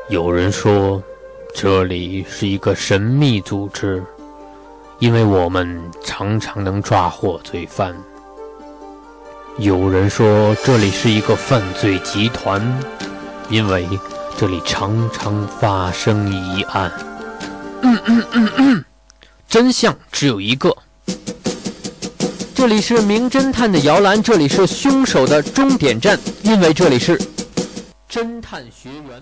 有人说，这里是一个神秘组织，因为我们常常能抓获罪犯。有人说，这里是一个犯罪集团，因为这里常常发生疑案。真相只有一个。这里是名侦探的摇篮，这里是凶手的终点站，因为这里是侦探学园。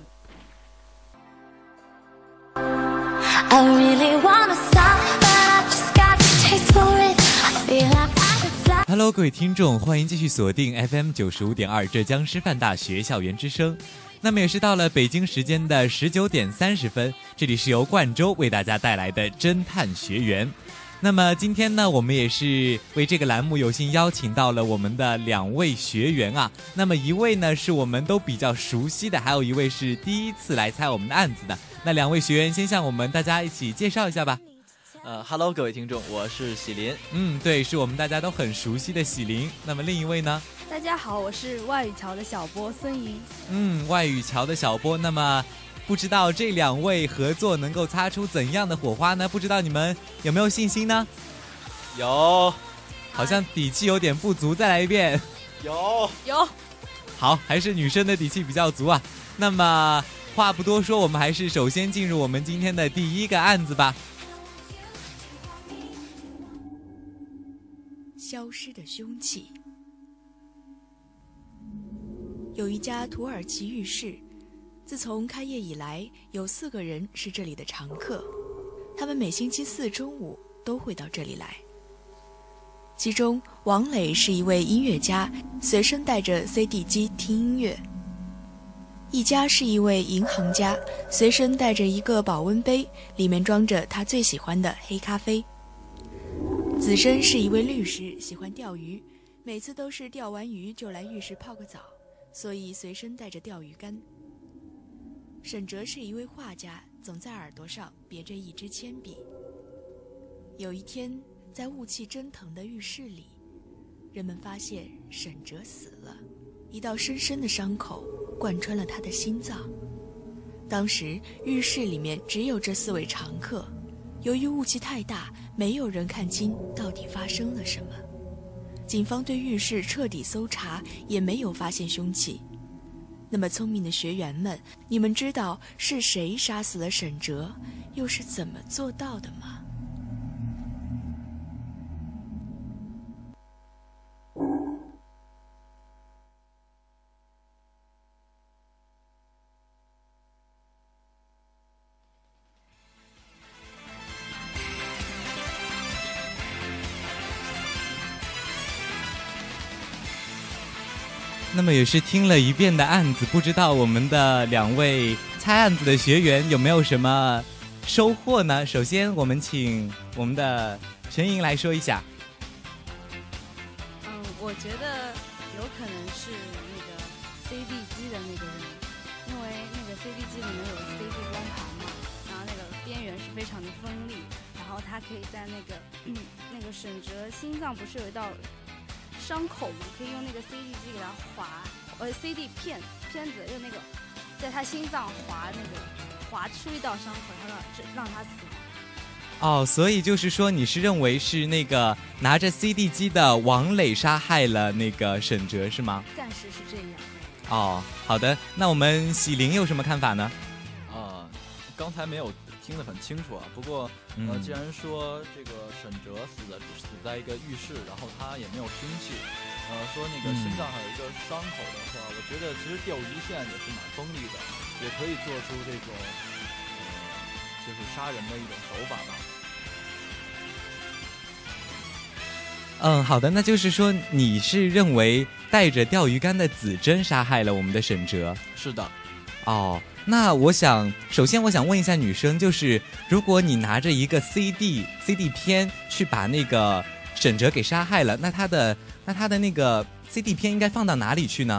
Hello， 各位听众，欢迎继续锁定 FM 95.2浙江师范大学校园之声。那么也是到了北京时间的19点30分，这里是由冠州为大家带来的侦探学园。那么今天呢，我们也是为这个栏目有幸邀请到了我们的2位学员啊。那么一位呢是我们都比较熟悉的，还有一位是第一次来猜我们的案子的。那2位学员先向我们大家一起介绍一下吧。 Hello， 各位听众，我是喜林。 对，是我们大家都很熟悉的喜林。那么另一位呢？ 大家好，我是外语桥的小波孙怡。 外语桥的小波。那么不知道这2位合作能够擦出怎样的火花呢？不知道你们有没有信心呢？ 有， 好像底气有点不足，再来一遍。 有。 好，还是女生的底气比较足啊。那么话不多说，我们还是首先进入我们今天的第一个案子吧。 消失的凶器。有一家土耳其浴室，自从开业以来，有4个人是这里的常客，他们每星期4中午都会到这里来。其中王磊是一位音乐家，随身带着 CD 机听音乐；一家是一位银行家，随身带着一个保温杯，里面装着他最喜欢的黑咖啡；子申是一位律师，喜欢钓鱼，每次都是钓完鱼就来浴室泡个澡，所以随身带着钓鱼竿。沈哲是一位画家，总在耳朵上别着一支铅笔。有一天，在雾气蒸腾的浴室里，人们发现沈哲死了，一道深深的伤口贯穿了他的心脏。当时浴室里面只有这4位常客，由于雾气太大，没有人看清到底发生了什么。警方对浴室彻底搜查，也没有发现凶器。那么聪明的学员们，你们知道是谁杀死了沈哲，又是怎么做到的吗？ 那么也是听了一遍的案子，不知道我们的2位猜案子的学员有没有什么收获呢？首先我们请我们的陈莹来说一下。 我觉得有可能是那个 CD 机的那个人，因为那个 CD 机里面有 CD 光盘嘛，然后那个边缘是非常的锋利，然后它可以在那个沈哲心脏不是有一道伤口嘛，可以用那个 CD 机给他划，CD 片子用那个在他心脏划出一道伤口，让他死亡。 所以就是说你是认为是那个拿着 CD 机的王磊杀害了那个沈哲是吗？ 暂时是这样。 好的，那我们喜林有什么看法呢？ 刚才没有听得很清楚啊，不过既然说这个沈哲死在一个浴室，然后他也没有凶器，说那个心脏还有一个伤口的话，我觉得其实钓鱼线也是蛮锋利的，也可以做出这种就是杀人的一种手法吧。 好的，那就是说你是认为带着钓鱼竿的子珍杀害了我们的沈哲？ 是的。 那首先我想问一下女生，就是如果你拿着一个 CD 片去把那个沈哲给杀害了，那他的那个 CD 片应该放到哪里去呢？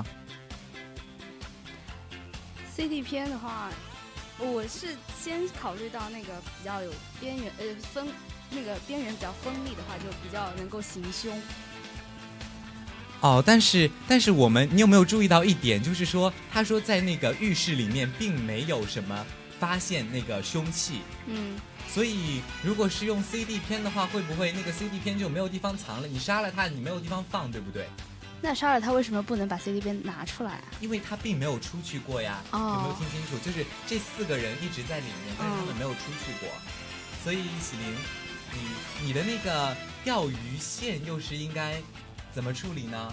CD 片的话，我是先考虑到那个比较有边缘那个边缘比较锋利的话，就比较能够行凶。 哦，但是你有没有注意到一点，就是说他说在那个浴室里面并没有什么发现那个凶器，所以如果是用 CD 片的话，会不会那个 CD 片就没有地方藏了？你杀了他，你没有地方放，对不对？ 那杀了他为什么不能把 CD 片拿出来啊？ 因为他并没有出去过呀。有没有听清楚？就是这4个人一直在里面，但是他们没有出去过。所以喜玲，你的那个钓鱼线又是应该怎么处理呢？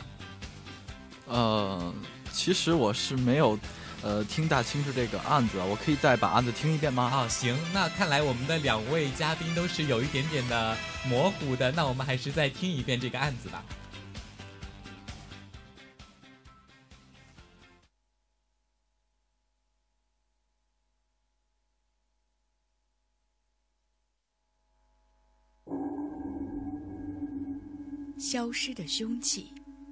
其实我是没有听大清楚这个案子，我可以再把案子听一遍吗？ 行，那看来我们的2位嘉宾都是有一点点的模糊的，那我们还是再听一遍这个案子吧。 消失的凶器。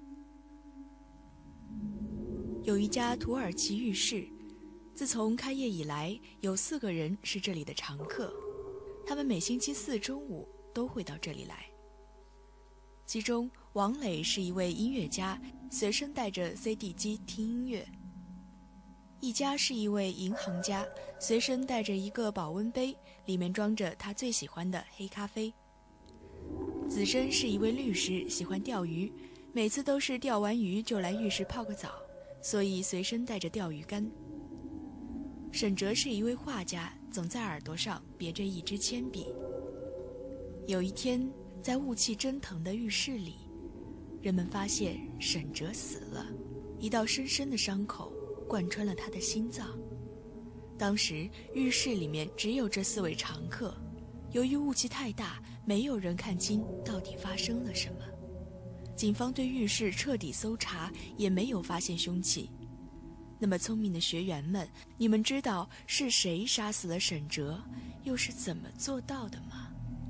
有一家土耳其浴室，自从开业以来，有4个人是这里的常客，他们每星期4中午都会到这里来。其中，王磊是一位音乐家，随身带着 CD 机听音乐；一家是一位银行家，随身带着一个保温杯，里面装着他最喜欢的黑咖啡。子珍是一位律师，喜欢钓鱼，每次都是钓完鱼就来浴室泡个澡，所以随身带着钓鱼竿。沈哲是一位画家，总在耳朵上别着一支铅笔。有一天，在雾气蒸腾的浴室里，人们发现沈哲死了，一道深深的伤口贯穿了他的心脏。当时浴室里面只有这4位常客，由于雾气太大，没有人看清到底发生了什么。警方对浴室彻底搜查，也没有发现凶器。那么聪明的学员们，你们知道是谁杀死了沈哲，又是怎么做到的吗？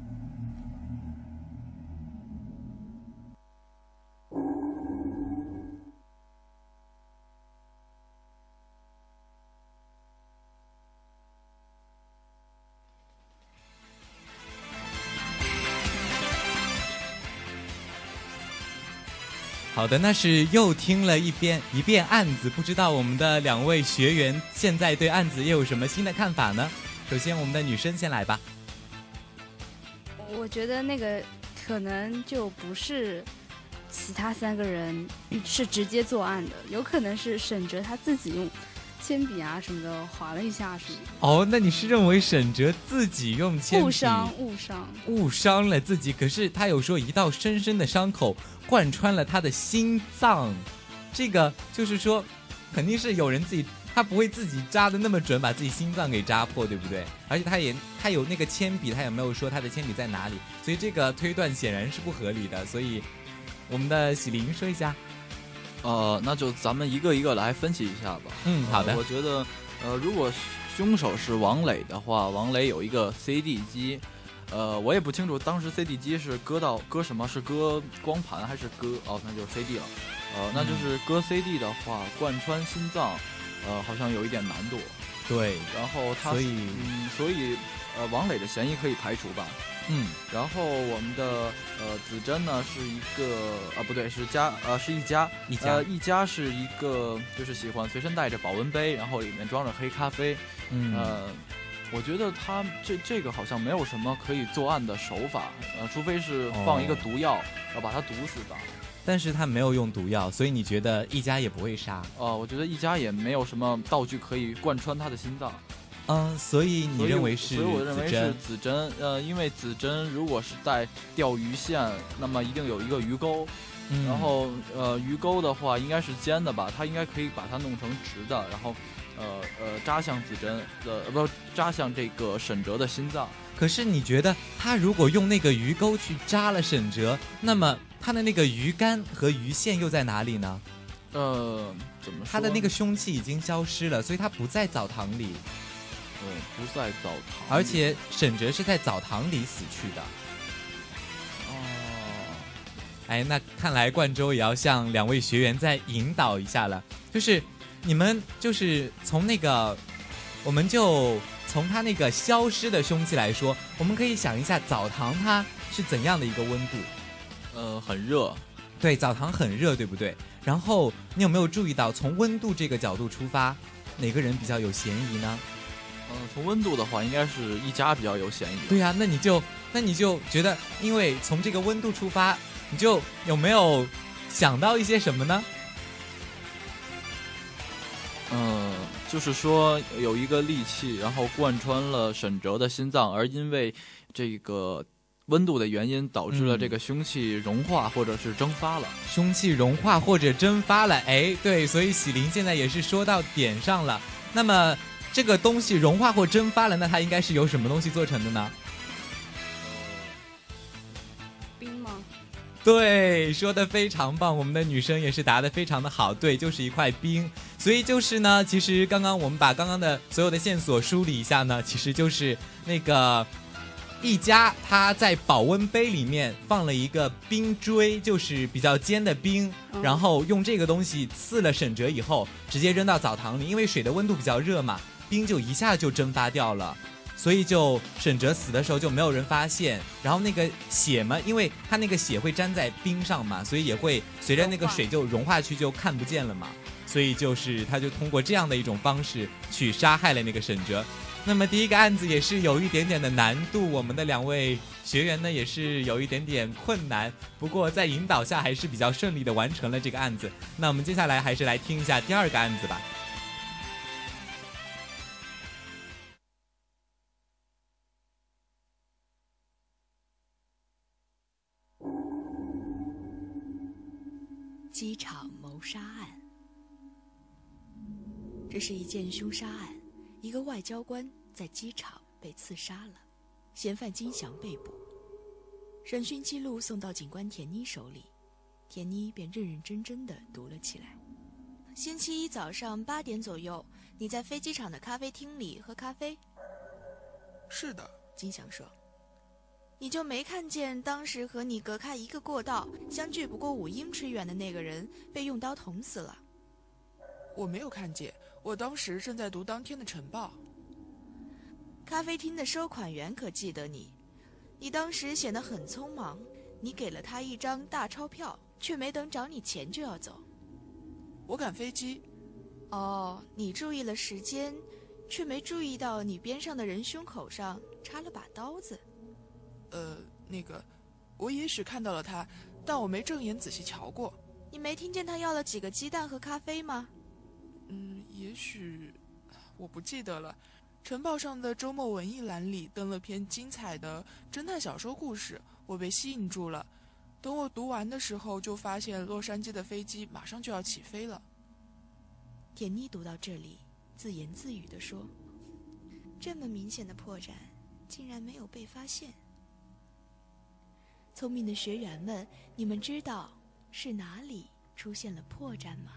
好的，那是又听了一遍案子，不知道我们的2位学员现在对案子又有什么新的看法呢？首先我们的女生先来吧。 我觉得那个可能就不是其他3个人是直接作案的，有可能是沈哲他自己用铅笔啊什么的划了一下什么的。 哦，那你是认为沈哲自己用铅笔误伤了自己？可是他有说一道深深的伤口贯穿了他的心脏，这个就是说肯定是有人自己，他不会自己扎的那么准，把自己心脏给扎破，对不对？而且他有那个铅笔，他也没有说他的铅笔在哪里，所以这个推断显然是不合理的。所以我们的喜玲说一下。 那就咱们一个一个来分析一下吧。 好的。 我觉得如果凶手是王磊的话，王磊有一个 CD 机，我也不清楚当时 CD 机是搁什么，是搁光盘还是那就是 CD 了。那就是搁 CD 的话，贯穿心脏，好像有一点难度。 对， 然后所以王磊的嫌疑可以排除吧。然后我们的子珍呢是一个不对，是一家是一个就是喜欢随身带着保温杯，然后里面装着黑咖啡。我觉得他这个好像没有什么可以作案的手法，除非是放一个毒药，要把他毒死吧。 但是他没有用毒药，所以你觉得一家也不会杀？ 我觉得一家也没有什么道具可以贯穿他的心脏。 所以你认为是？ 所以我认为是子珍。因为子珍如果是带钓鱼线，那么一定有一个鱼钩。然后鱼钩的话应该是尖的吧，他应该可以把它弄成直的，然后扎向子珍的扎向这个沈哲的心脏。 可是你觉得他如果用那个鱼钩去扎了沈哲，那么他的那个鱼竿和鱼线又在哪里呢？ 怎么说？ 他的那个凶器已经消失了，所以他不在澡堂里。 不在澡堂， 而且沈哲是在澡堂里死去的。那看来冠州也要向2位学员再引导一下了，就是你们就是从那个，我们就从他那个消失的凶器来说，我们可以想一下澡堂它是怎样的一个温度？ 很热， 对，澡堂很热，对不对？然后你有没有注意到，从温度这个角度出发，哪个人比较有嫌疑呢？ 从温度的话，应该是一家比较有嫌疑。 对呀，那你就觉得，因为从这个温度出发，你就有没有想到一些什么呢？ 就是说有一个利器，然后贯穿了沈哲的心脏，而因为这个温度的原因，导致了这个凶器融化或者是蒸发了。 凶器融化或者蒸发了，哎，对，所以喜林现在也是说到点上了。那么这个东西融化或蒸发了，那它应该是由什么东西做成的呢？ 冰吗？ 对，说的非常棒，我们的女生也是答得非常的好，对，就是一块冰。所以就是呢，其实刚刚我们把刚刚的所有的线索梳理一下呢，其实就是那个一家他在保温杯里面放了一个冰锥，就是比较尖的冰，然后用这个东西刺了沈哲以后，直接扔到澡堂里，因为水的温度比较热嘛，冰就一下就蒸发掉了。所以就沈哲死的时候就没有人发现，然后那个血嘛，因为他那个血会粘在冰上嘛，所以也会随着那个水就融化去，就看不见了嘛。所以就是他就通过这样的一种方式去杀害了那个沈哲。那么第一个案子也是有一点点的难度，我们的两位学员呢也是有一点点困难，不过在引导下还是比较顺利的完成了这个案子。那我们接下来还是来听一下第二个案子吧。 机场谋杀案，这是一件凶杀案，一个外交官在机场被刺杀了，嫌犯金祥被捕。审讯记录送到警官田妮手里，田妮便认认真真地读了起来。星期一早上8点左右，你在飞机场的咖啡厅里喝咖啡？ 是的， 金祥说。你就没看见当时和你隔开一个过道，相距不过5英尺远的那个人被用刀捅死了？ 我没有看见，我当时正在读当天的晨报。 咖啡厅的收款员可记得你，你当时显得很匆忙，你给了他一张大钞票，却没等找你钱就要走。 我赶飞机。 哦，你注意了时间，却没注意到你边上的人胸口上插了把刀子。 我也许看到了他，但我没正眼仔细瞧过。 你没听见他要了几个鸡蛋和咖啡吗？ 也许，我不记得了。晨报上的周末文艺栏里登了篇精彩的侦探小说故事，我被吸引住了。等我读完的时候，就发现洛杉矶的飞机马上就要起飞了。 田妮读到这里，自言自语地说：“这么明显的破绽，竟然没有被发现。聪明的学员们，你们知道是哪里出现了破绽吗？”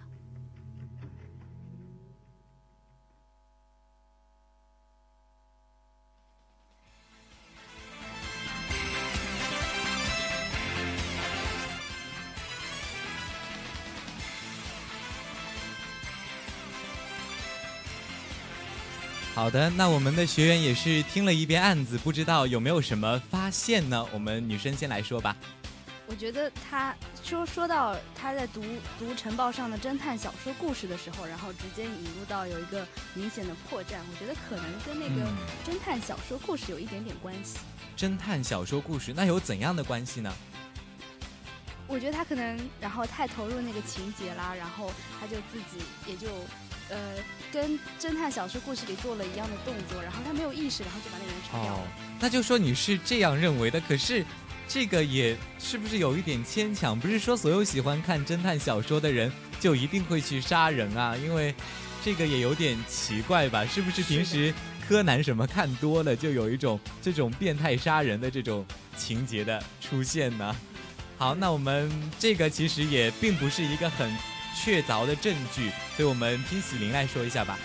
好的，那我们的学员也是听了一遍案子，不知道有没有什么发现呢？我们女生先来说吧。 我觉得他说到他在读晨报上的侦探小说故事的时候，然后直接引入到有一个明显的破绽，我觉得可能跟那个侦探小说故事有一点点关系。 侦探小说故事那有怎样的关系呢？ 我觉得他可能然后太投入那个情节啦，然后他就自己也就跟侦探小说故事里做了一样的动作，然后他没有意识，然后就把那个人杀掉了。 那就说你是这样认为的，可是这个也是不是有一点牵强？不是说所有喜欢看侦探小说的人就一定会去杀人啊，因为这个也有点奇怪吧？是不是平时柯南什么看多了，就有一种这种变态杀人的这种情节的出现呢？好，那我们这个其实也并不是一个很确凿的证据，所以我们听喜林来说一下吧。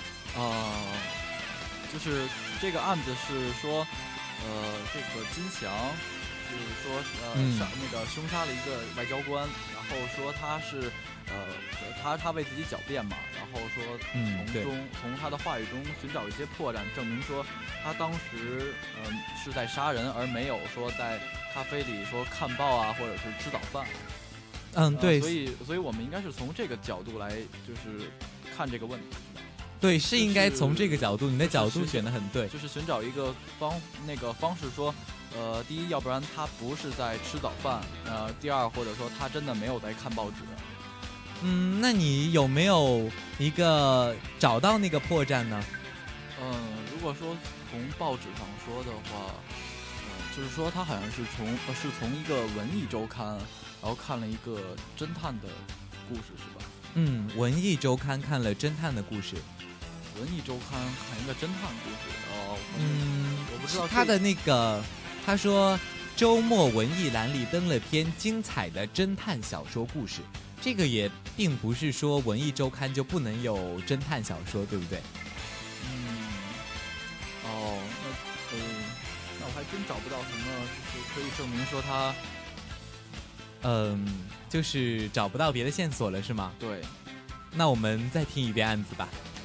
就是这个案子是说，这个金祥是说，那个凶杀了一个外交官，然后说他是，他为自己狡辩嘛，然后说从他的话语中寻找一些破绽，证明说他当时是在杀人，而没有说在咖啡里说看报啊，或者是吃早饭。 对， 所以我们应该是从这个角度来就是看这个问题。 对，是应该从这个角度，你的角度选得很对， 就是寻找一个方式说，第一，要不然他不是在吃早饭，第二，或者说他真的没有在看报纸。 那你有没有一个找到那个破绽呢？ 如果说从报纸上说的话，就是说他好像是从一个文艺周刊，然后看了一个侦探的故事，是吧？ 文艺周刊看了侦探的故事。 文艺周刊看一个侦探故事我不知道他的那个，他说周末文艺栏里登了篇精彩的侦探小说故事。这个也并不是说文艺周刊就不能有侦探小说，对不对？ 那我还真找不到什么就是可以证明说他， 就是找不到别的线索了，是吗？ 对。 那我们再听一遍案子吧。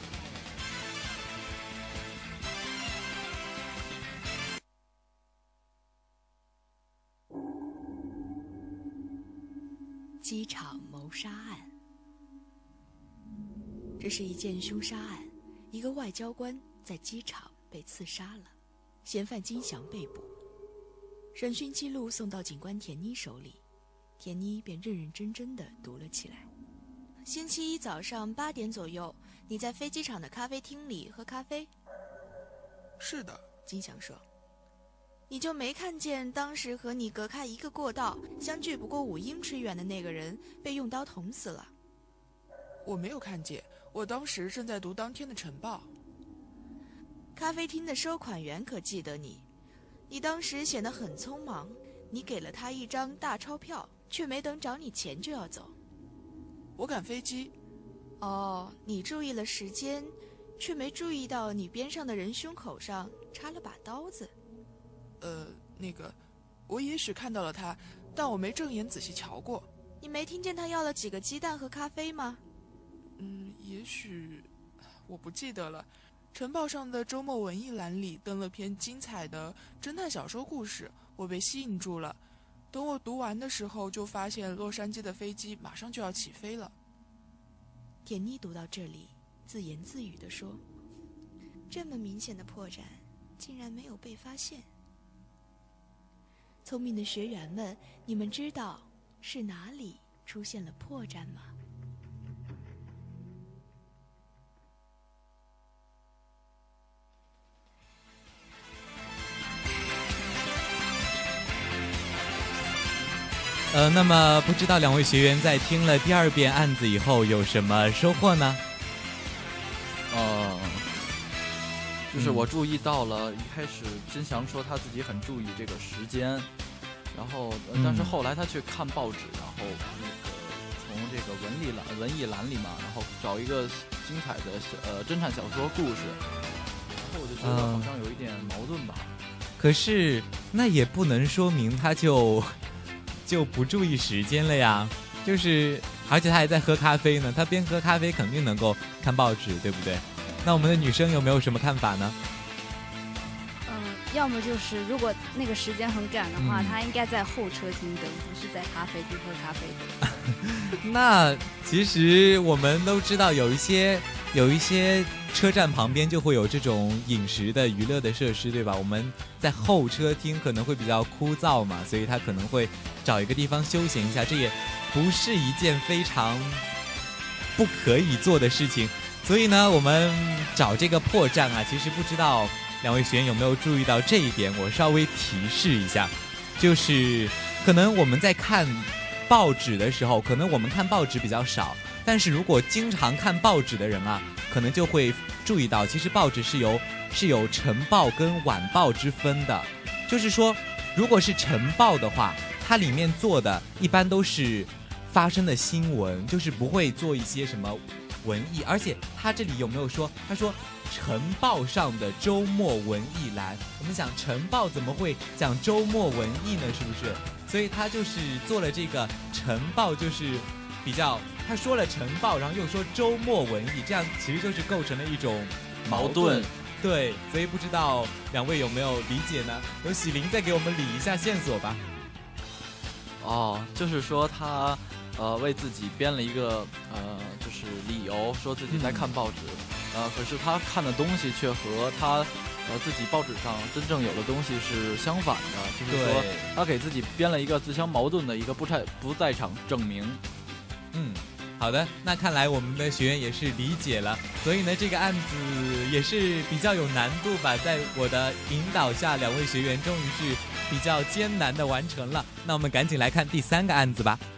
机场谋杀案，这是一件凶杀案，一个外交官在机场被刺杀了，嫌犯金祥被捕。审讯记录送到警官田妮手里，田妮便认认真真地读了起来。星期一早上8点左右，你在飞机场的咖啡厅里喝咖啡？ 是的， 金祥说。你就没看见当时和你隔开一个过道，相距不过5英尺远的那个人被用刀捅死了？ 我没有看见，我当时正在读当天的晨报。 咖啡厅的收款员可记得你，你当时显得很匆忙，你给了他一张大钞票，却没等找你钱就要走。 我赶飞机。 哦，你注意了时间，却没注意到你边上的人胸口上插了把刀子。 我也许看到了他，但我没正眼仔细瞧过。 你没听见他要了几个鸡蛋和咖啡吗？ 也许，我不记得了。晨报上的周末文艺栏里登了篇精彩的侦探小说故事，我被吸引住了。等我读完的时候，就发现洛杉矶的飞机马上就要起飞了。 田妮读到这里，自言自语地说：“这么明显的破绽，竟然没有被发现。聪明的学员们，你们知道是哪里出现了破绽吗？” 那么不知道两位学员在听了第2遍案子以后有什么收获呢？ 就是我注意到了，一开始金祥说他自己很注意这个时间，然后但是后来他去看报纸，然后从这个文艺栏里嘛，然后找一个精彩的侦探小说故事，然后我就觉得好像有一点矛盾吧。 可是那也不能说明他就不注意时间了呀，就是而且他还在喝咖啡呢，他边喝咖啡肯定能够看报纸，对不对？那我们的女生有没有什么看法呢？ 要么就是如果那个时间很赶的话，他应该在候车厅等，不是在咖啡厅喝咖啡的。 那其实我们都知道有一些车站旁边就会有这种饮食的娱乐的设施，对吧？我们在候车厅可能会比较枯燥嘛，所以他可能会找一个地方休闲一下，这也不是一件非常不可以做的事情。所以呢，我们找这个破绽啊，其实不知道两位学员有没有注意到这一点，我稍微提示一下，就是可能我们在看报纸的时候，可能我们看报纸比较少，但是如果经常看报纸的人啊，可能就会注意到，其实报纸是有晨报跟晚报之分的。就是说，如果是晨报的话，它里面做的一般都是发生的新闻，就是不会做一些什么文艺。而且他这里有没有说，他说晨报上的周末文艺栏，我们想晨报怎么会讲周末文艺呢？是不是？所以他就是做了这个晨报，就是比较他说了晨报，然后又说周末文艺，这样其实就是构成了一种矛盾。对，所以不知道两位有没有理解呢？有喜玲再给我们理一下线索吧。 就是说他为自己编了一个就是理由，说自己在看报纸，可是他看的东西却和他自己报纸上真正有的东西是相反的，就是说他给自己编了一个自相矛盾的一个不在场证明。 好的，那看来我们的学员也是理解了，所以呢，这个案子也是比较有难度吧，在我的引导下，两位学员终于是比较艰难的完成了。那我们赶紧来看第3个案子吧。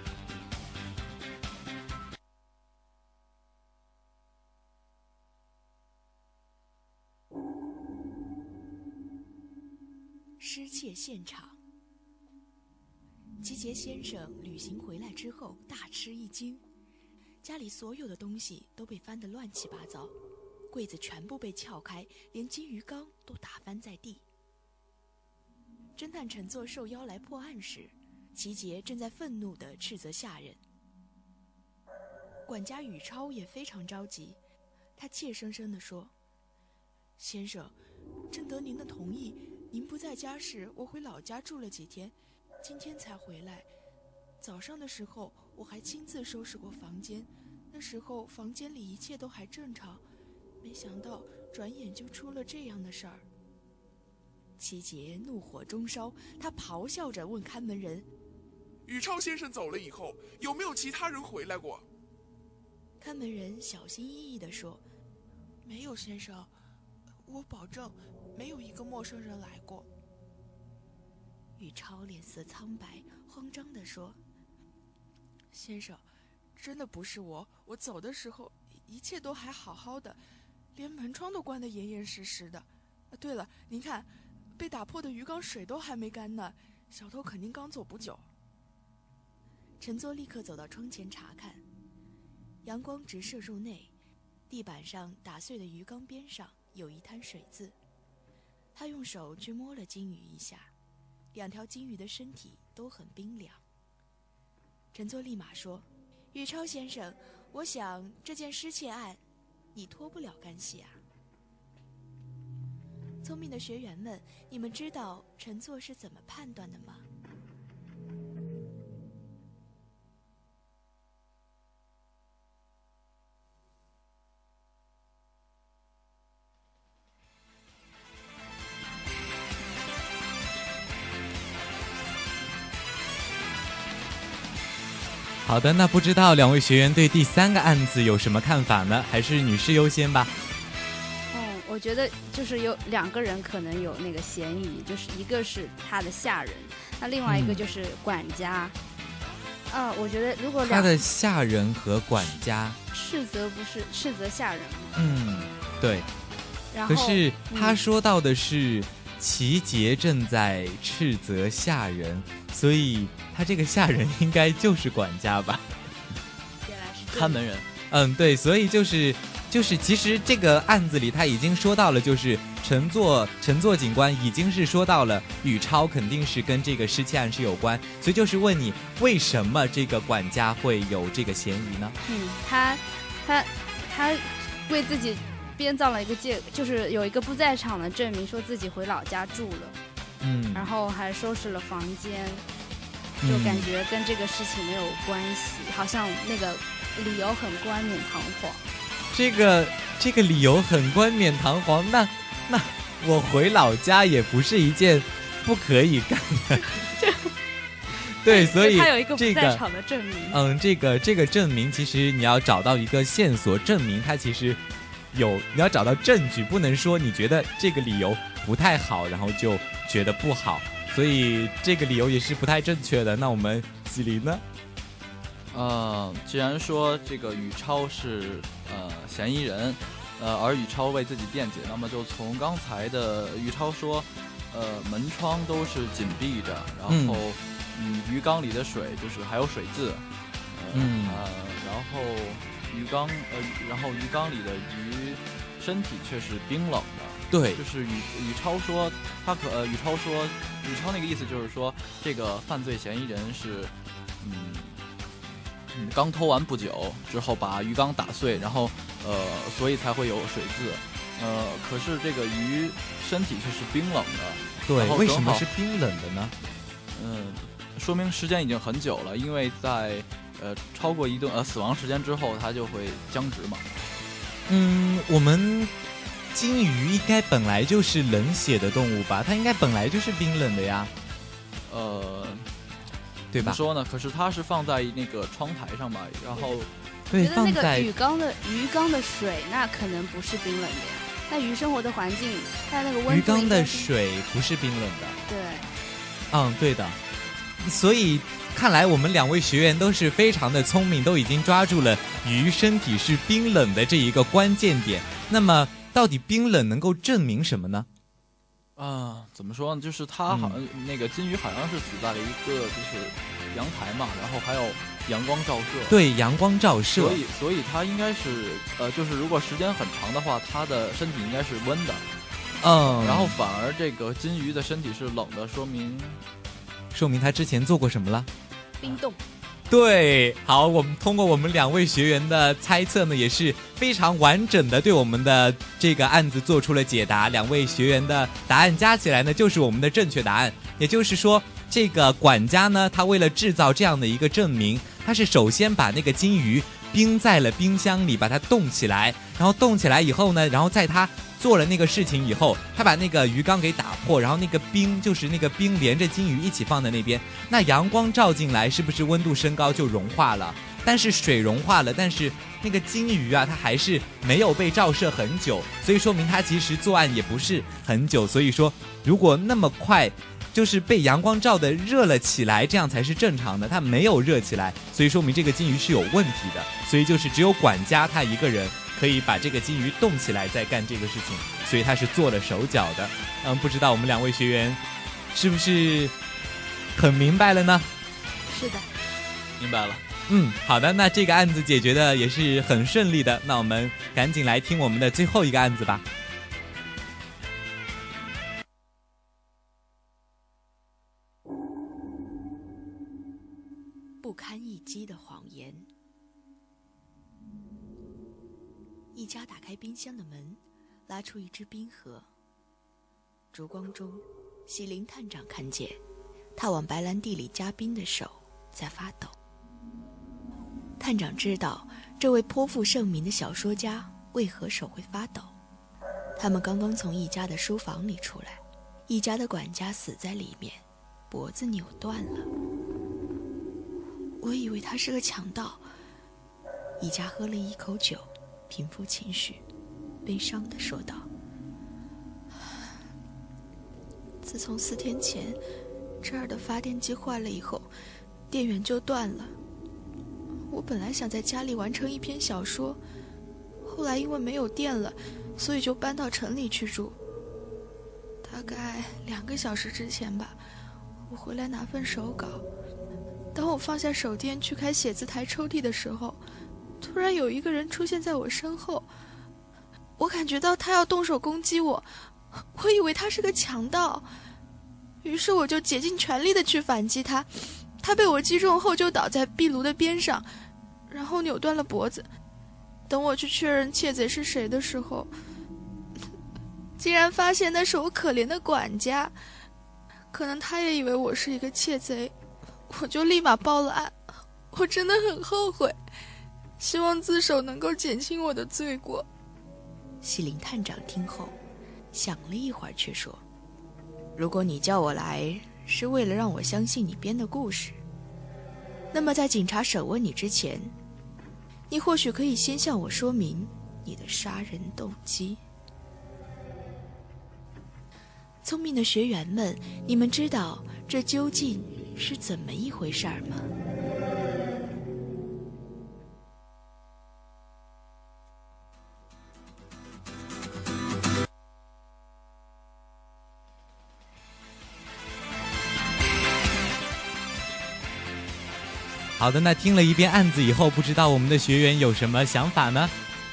失窃现场。吉杰先生旅行回来之后大吃一惊，家里所有的东西都被翻得乱七八糟，柜子全部被撬开，连金鱼缸都打翻在地。侦探陈作受邀来破案时，吉杰正在愤怒地斥责下人。管家宇超也非常着急，他怯生生地说：“先生，征得您的同意，您不在家时，我回老家住了几天，今天才回来。早上的时候，我还亲自收拾过房间，那时候房间里一切都还正常，没想到转眼就出了这样的事儿。”齐杰怒火中烧，他咆哮着问看门人：“ 宇超先生走了以后，有没有其他人回来过？” 看门人小心翼翼地说：“ 没有，先生，我保证没有一个陌生人来过。” 宇超脸色苍白，慌张地说：“ 先生，真的不是我走的时候一切都还好好的，连门窗都关得严严实实的。对了，您看，被打破的鱼缸水都还没干呢，小偷肯定刚走不久。” 陈作立刻走到窗前查看，阳光直射入内，地板上打碎的鱼缸边上有一滩水渍。他用手去摸了金鱼一下，2条金鱼的身体都很冰凉。陈作立马说：“宇超先生，我想这件失窃案你脱不了干系啊。”聪明的学员们，你们知道陈作是怎么判断的吗？ 好的，那不知道两位学员对第3个案子有什么看法呢？还是女士优先吧。 我觉得就是有2个人可能有那个嫌疑，就是一个是他的下人，那另外一个就是管家。我觉得如果他的下人和管家， 斥责下人嘛。 对。然后可是他说到的是齐杰正在斥责下人，所以他这个下人应该就是管家吧？ 原来是看门人。 对，所以就是其实这个案子里他已经说到了，就是陈作警官已经是说到了宇超肯定是跟这个失窃案是有关，所以就是问你为什么这个管家会有这个嫌疑呢？ 他为自己编造了一个就是有一个不在场的证明，说自己回老家住了，然后还收拾了房间，就感觉跟这个事情没有关系，好像那个理由很冠冕堂皇。 这个理由很冠冕堂皇，那我回老家也不是一件不可以干的。对，所以他有一个不在场的证明。 这个证明其实你要找到一个线索证明它其实你要找到证据，不能说你觉得这个理由不太好，然后就觉得不好，所以这个理由也是不太正确的。那我们喜林呢？ 既然说这个宇超是嫌疑人，而宇超为自己辩解，那么就从刚才的宇超说，门窗都是紧闭着，然后鱼缸里的水就是还有水渍，然后鱼缸里的鱼身体却是冰冷的。 对， 就是宇超说宇超那个意思就是说，这个犯罪嫌疑人是刚偷完不久之后把鱼缸打碎，然后所以才会有水渍。可是这个鱼身体却是冰冷的。 对，为什么是冰冷的呢？ 说明时间已经很久了，因为在超过一定死亡时间之后，它就会僵直嘛。 我们金鱼应该本来就是冷血的动物吧？它应该本来就是冰冷的呀。对吧？ 怎么说呢？可是它是放在那个窗台上嘛，然后对， 觉得那个放在鱼缸的水，那可能不是冰冷的呀。那鱼生活的环境，它那个温度， 鱼缸的水不是冰冷的。 对， 对的。所以看来我们2位学员都是非常的聪明，都已经抓住了鱼身体是冰冷的这一个关键点。那么，到底冰冷能够证明什么呢？ 怎么说呢？就是它好像那个金鱼好像是死在了一个就是阳台嘛，然后还有阳光照射。 对，阳光照射。 所以它应该是就是如果时间很长的话，它的身体应该是温的。然后反而这个金鱼的身体是冷的，说明它之前做过什么了？ 冰冻。 对，好，我们通过我们2位学员的猜测呢，也是非常完整的对我们的这个案子做出了解答。2位学员的答案加起来呢，就是我们的正确答案。也就是说，这个管家呢，他为了制造这样的一个证明，他是首先把那个金鱼冰在了冰箱里，把它冻起来，然后冻起来以后呢，然后在他做了那个事情以后，他把那个鱼缸给打破，然后那个冰就是那个冰连着金鱼一起放在那边，那阳光照进来，是不是温度升高就融化了？但是水融化了，但是那个金鱼啊，它还是没有被照射很久，所以说明它其实作案也不是很久。所以说，如果那么快就是被阳光照的热了起来，这样才是正常的，它没有热起来，所以说明这个金鱼是有问题的。所以就是只有管家他一个人可以把这个金鱼冻起来再干这个事情，所以他是做了手脚的。不知道我们2位学员是不是很明白了呢？ 是的， 明白了。 好的，那这个案子解决的也是很顺利的，那我们赶紧来听我们的最后一个案子吧。 不堪一击的谎言。一家打开冰箱的门，拉出一只冰盒。烛光中，喜林探长看见他往白兰地里加冰的手在发抖。探长知道这位颇负盛名的小说家为何手会发抖。他们刚刚从一家的书房里出来，一家的管家死在里面，脖子扭断了。我以为他是个强盗。一家喝了一口酒，平复情绪，悲伤地说道：自从4天前这儿的发电机坏了以后，电源就断了。我本来想在家里完成一篇小说，后来因为没有电了，所以就搬到城里去住。大概2个小时之前吧，我回来拿份手稿。当我放下手电去开写字台抽屉的时候，突然有一个人出现在我身后，我感觉到他要动手攻击我，我以为他是个强盗，于是我就竭尽全力的去反击他。他被我击中后就倒在壁炉的边上，然后扭断了脖子。等我去确认窃贼是谁的时候，竟然发现那是我可怜的管家。可能他也以为我是一个窃贼，我就立马报了案。我真的很后悔，希望自首能够减轻我的罪过。西林探长听后想了一会儿，却说：如果你叫我来是为了让我相信你编的故事，那么在警察审问你之前，你或许可以先向我说明你的杀人动机。聪明的学员们，你们知道这究竟是怎么一回事儿吗？ 好的，那听了一遍案子以后，不知道我们的学员有什么想法呢？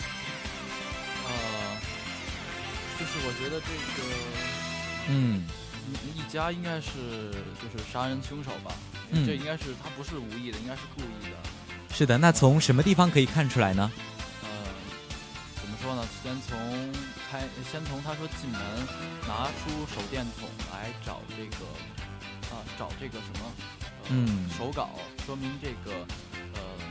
就是我觉得这个，一家应该是就是杀人凶手吧？这应该是他不是无意的，应该是故意的。 是的，那从什么地方可以看出来呢？ 怎么说呢？先从他说进门拿出手电筒来找这个什么。手稿，说明这个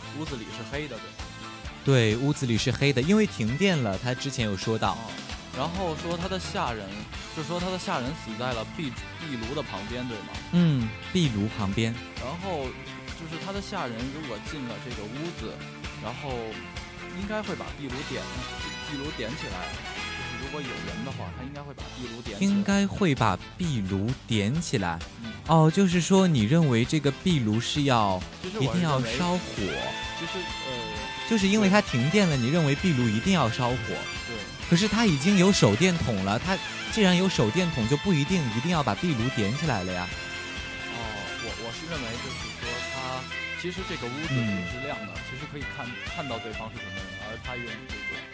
屋子里是黑的，对吧？ 对，屋子里是黑的，因为停电了。他之前有说到， 然后说他的下人，就说他的下人死在了壁炉的旁边，对吗？ 壁炉旁边。 然后就是他的下人如果进了这个屋子，然后应该会把壁炉点起来。就是如果有人的话，他应该会把壁炉点起来。 应该会把壁炉点起来。哦，就是说你认为这个壁炉是一定要烧火？ 其实就是因为它停电了，你认为壁炉一定要烧火？ 对。可是它已经有手电筒了，它既然有手电筒，就不一定要把壁炉点起来了呀。 我是认为就是说其实这个屋子也是亮的，其实可以看到对方是什么人，而他用这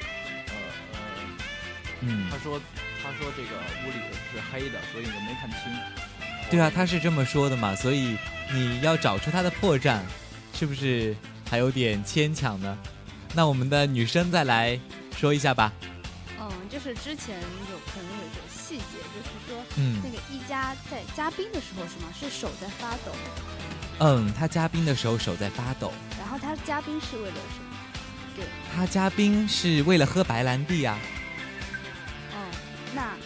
个他说这个屋里是黑的，所以就没看清。 对啊，他是这么说的嘛，所以你要找出他的破绽，是不是还有点牵强呢？那我们的女生再来说一下吧。 就是之前可能有一个细节，就是说，那个一家在加冰的时候是手在发抖。 他加冰的时候手在发抖。 然后他加冰是为了什么？对， 他加冰是为了喝白兰地啊。 那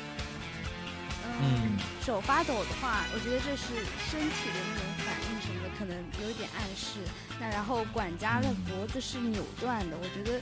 手发抖的话，我觉得这是身体的那种反应什么的，可能有点暗示。那然后管家的脖子是扭断的，我觉得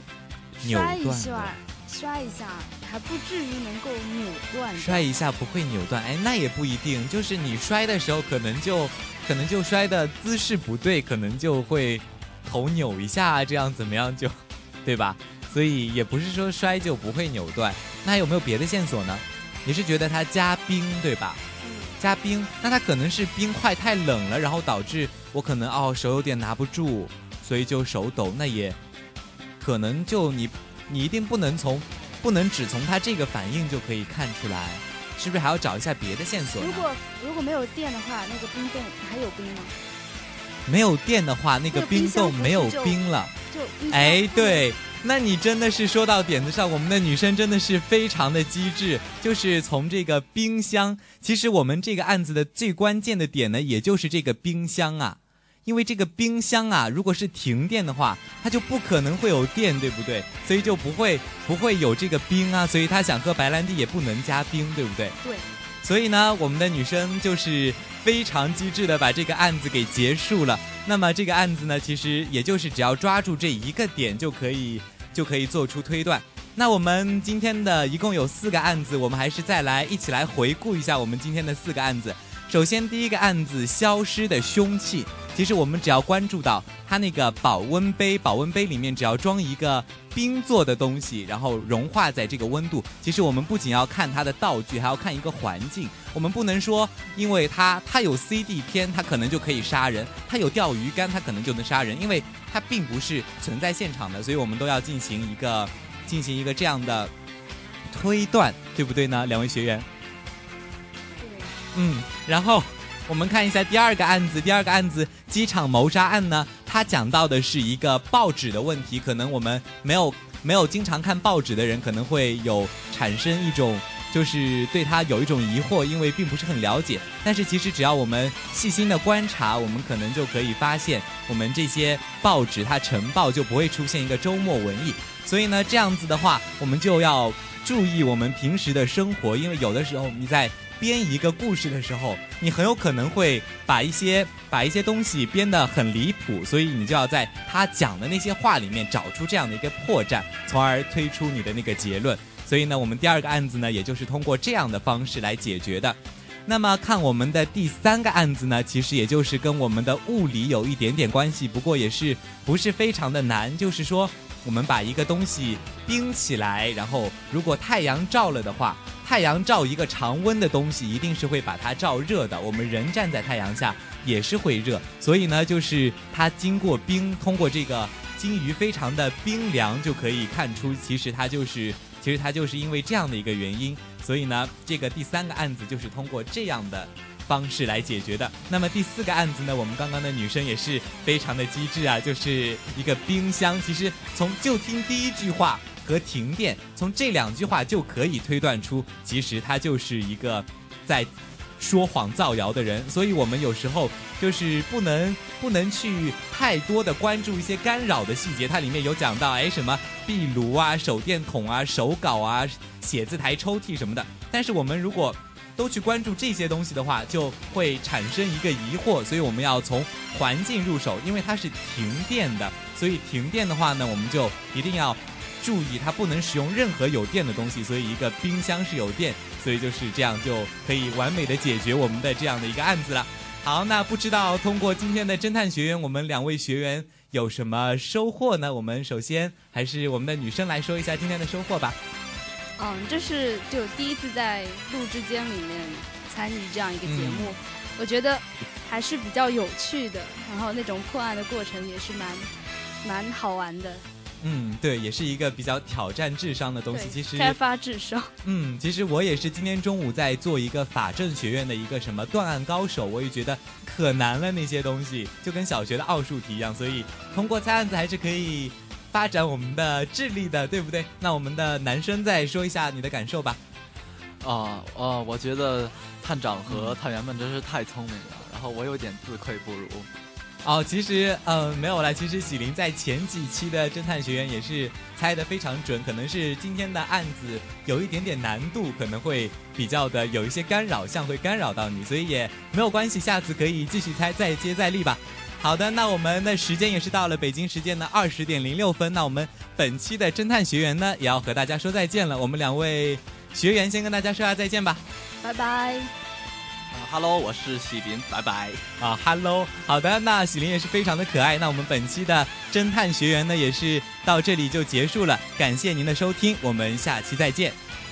摔一下还不至于能够扭断。 摔一下不会扭断，那也不一定。就是你摔的时候，可能就摔的姿势不对，可能就会头扭一下，这样怎么样就，对吧？所以也不是说摔就不会扭断。那还有没有别的线索呢？你是觉得它加冰对吧？加冰，那它可能是冰块太冷了，然后导致我可能手有点拿不住，所以就手抖。那也可能就你一定不能只从它这个反应就可以看出来，是不是还要找一下别的线索呢？ 如果没有电的话，那个冰冻还有冰吗？ 没有电的话，那个冰冻没有冰了。对，那你真的是说到点子上，我们的女生真的是非常的机智，就是从这个冰箱，其实我们这个案子的最关键的点呢，也就是这个冰箱啊。因为这个冰箱啊，如果是停电的话，它就不可能会有电，对不对？所以就不会有这个冰啊，所以他想喝白兰地也不能加冰，对不对？ 对。 所以呢，我们的女生就是非常机智的把这个案子给结束了。那么这个案子呢，其实也就是只要抓住这一个点就可以做出推断。那我们今天的一共有4个案子，我们还是一起来回顾一下我们今天的4个案子。首先第一个案子，消失的凶器。其实我们只要关注到它那个保温杯里面只要装一个冰做的东西，然后融化在这个温度，其实我们不仅要看它的道具，还要看一个环境。我们不能说因为它有 CD 片它可能就可以杀人，它有钓鱼竿它可能就能杀人，因为它并不是存在现场的，所以我们都要进行一个这样的推断，对不对呢？两位学员。然后我们看一下第二个案子机场谋杀案呢，它讲到的是一个报纸的问题。可能我们没有经常看报纸的人可能会产生一种就是对它有一种疑惑，因为并不是很了解。但是其实只要我们细心的观察，我们可能就可以发现我们这些报纸它晨报就不会出现一个周末文艺。所以呢，这样子的话我们就要注意我们平时的生活，因为有的时候你在编一个故事的时候，你很有可能会把一些东西编得很离谱，所以你就要在他讲的那些话里面找出这样的一个破绽，从而推出你的那个结论。所以呢，我们第二个案子呢，也就是通过这样的方式来解决的。那么看我们的第3个案子呢，其实也就是跟我们的物理有一点点关系，不过也是不是非常的难，就是说我们把一个东西冰起来，然后如果太阳照了的话，太阳照一个常温的东西一定是会把它照热的，我们人站在太阳下也是会热，所以呢就是它经过冰，通过这个鲸鱼非常的冰凉，就可以看出其实它就是因为这样的一个原因。所以呢这个第3个案子就是通过这样的方式来解决的。那么第4个案子呢，我们刚刚的女生也是非常的机智啊，就是一个冰箱。其实就听第一句话和停电，从这2句话就可以推断出，其实它就是一个在说谎造谣的人，所以我们有时候就是不能去太多的关注一些干扰的细节。它里面有讲到什么壁炉啊、手电筒啊、手稿啊、写字台、抽屉什么的，但是我们如果都去关注这些东西的话，就会产生一个疑惑，所以我们要从环境入手，因为它是停电的，所以停电的话呢，我们就一定要注意它不能使用任何有电的东西，所以一个冰箱是有电，所以就是这样就可以完美的解决我们的这样的一个案子了。好，那不知道通过今天的侦探学园，我们2位学员有什么收获呢？我们首先还是我们的女生来说一下今天的收获吧。 这是就第一次在录制间里面参与这样一个节目，我觉得还是比较有趣的，然后那种破案的过程也是蛮好玩的。 对，也是一个比较挑战智商的东西。其实开发智商。 其实我也是今天中午在做一个法政学院的一个什么断案高手，我也觉得可难了，那些东西就跟小学的奥数题一样，所以通过猜案子还是可以发展我们的智力的，对不对？那我们的男生再说一下你的感受吧。 我觉得探长和探员们真是太聪明了，然后我有点自愧不如。 其实没有啦，其实喜林在前几期的侦探学院也是猜得非常准，可能是今天的案子有一点点难度，可能会比较的有一些干扰项会干扰到你，所以也没有关系，下次可以继续猜，再接再厉吧。好的，那我们的时间也是到了北京时间的20点06分，那我们本期的侦探学园呢也要和大家说再见了，我们2位学员先跟大家说下再见吧， 拜拜。 Hello， 我是喜林，拜拜。 Hello， 好的，那喜林也是非常的可爱。那我们本期的侦探学园呢，也是到这里就结束了，感谢您的收听，我们下期再见。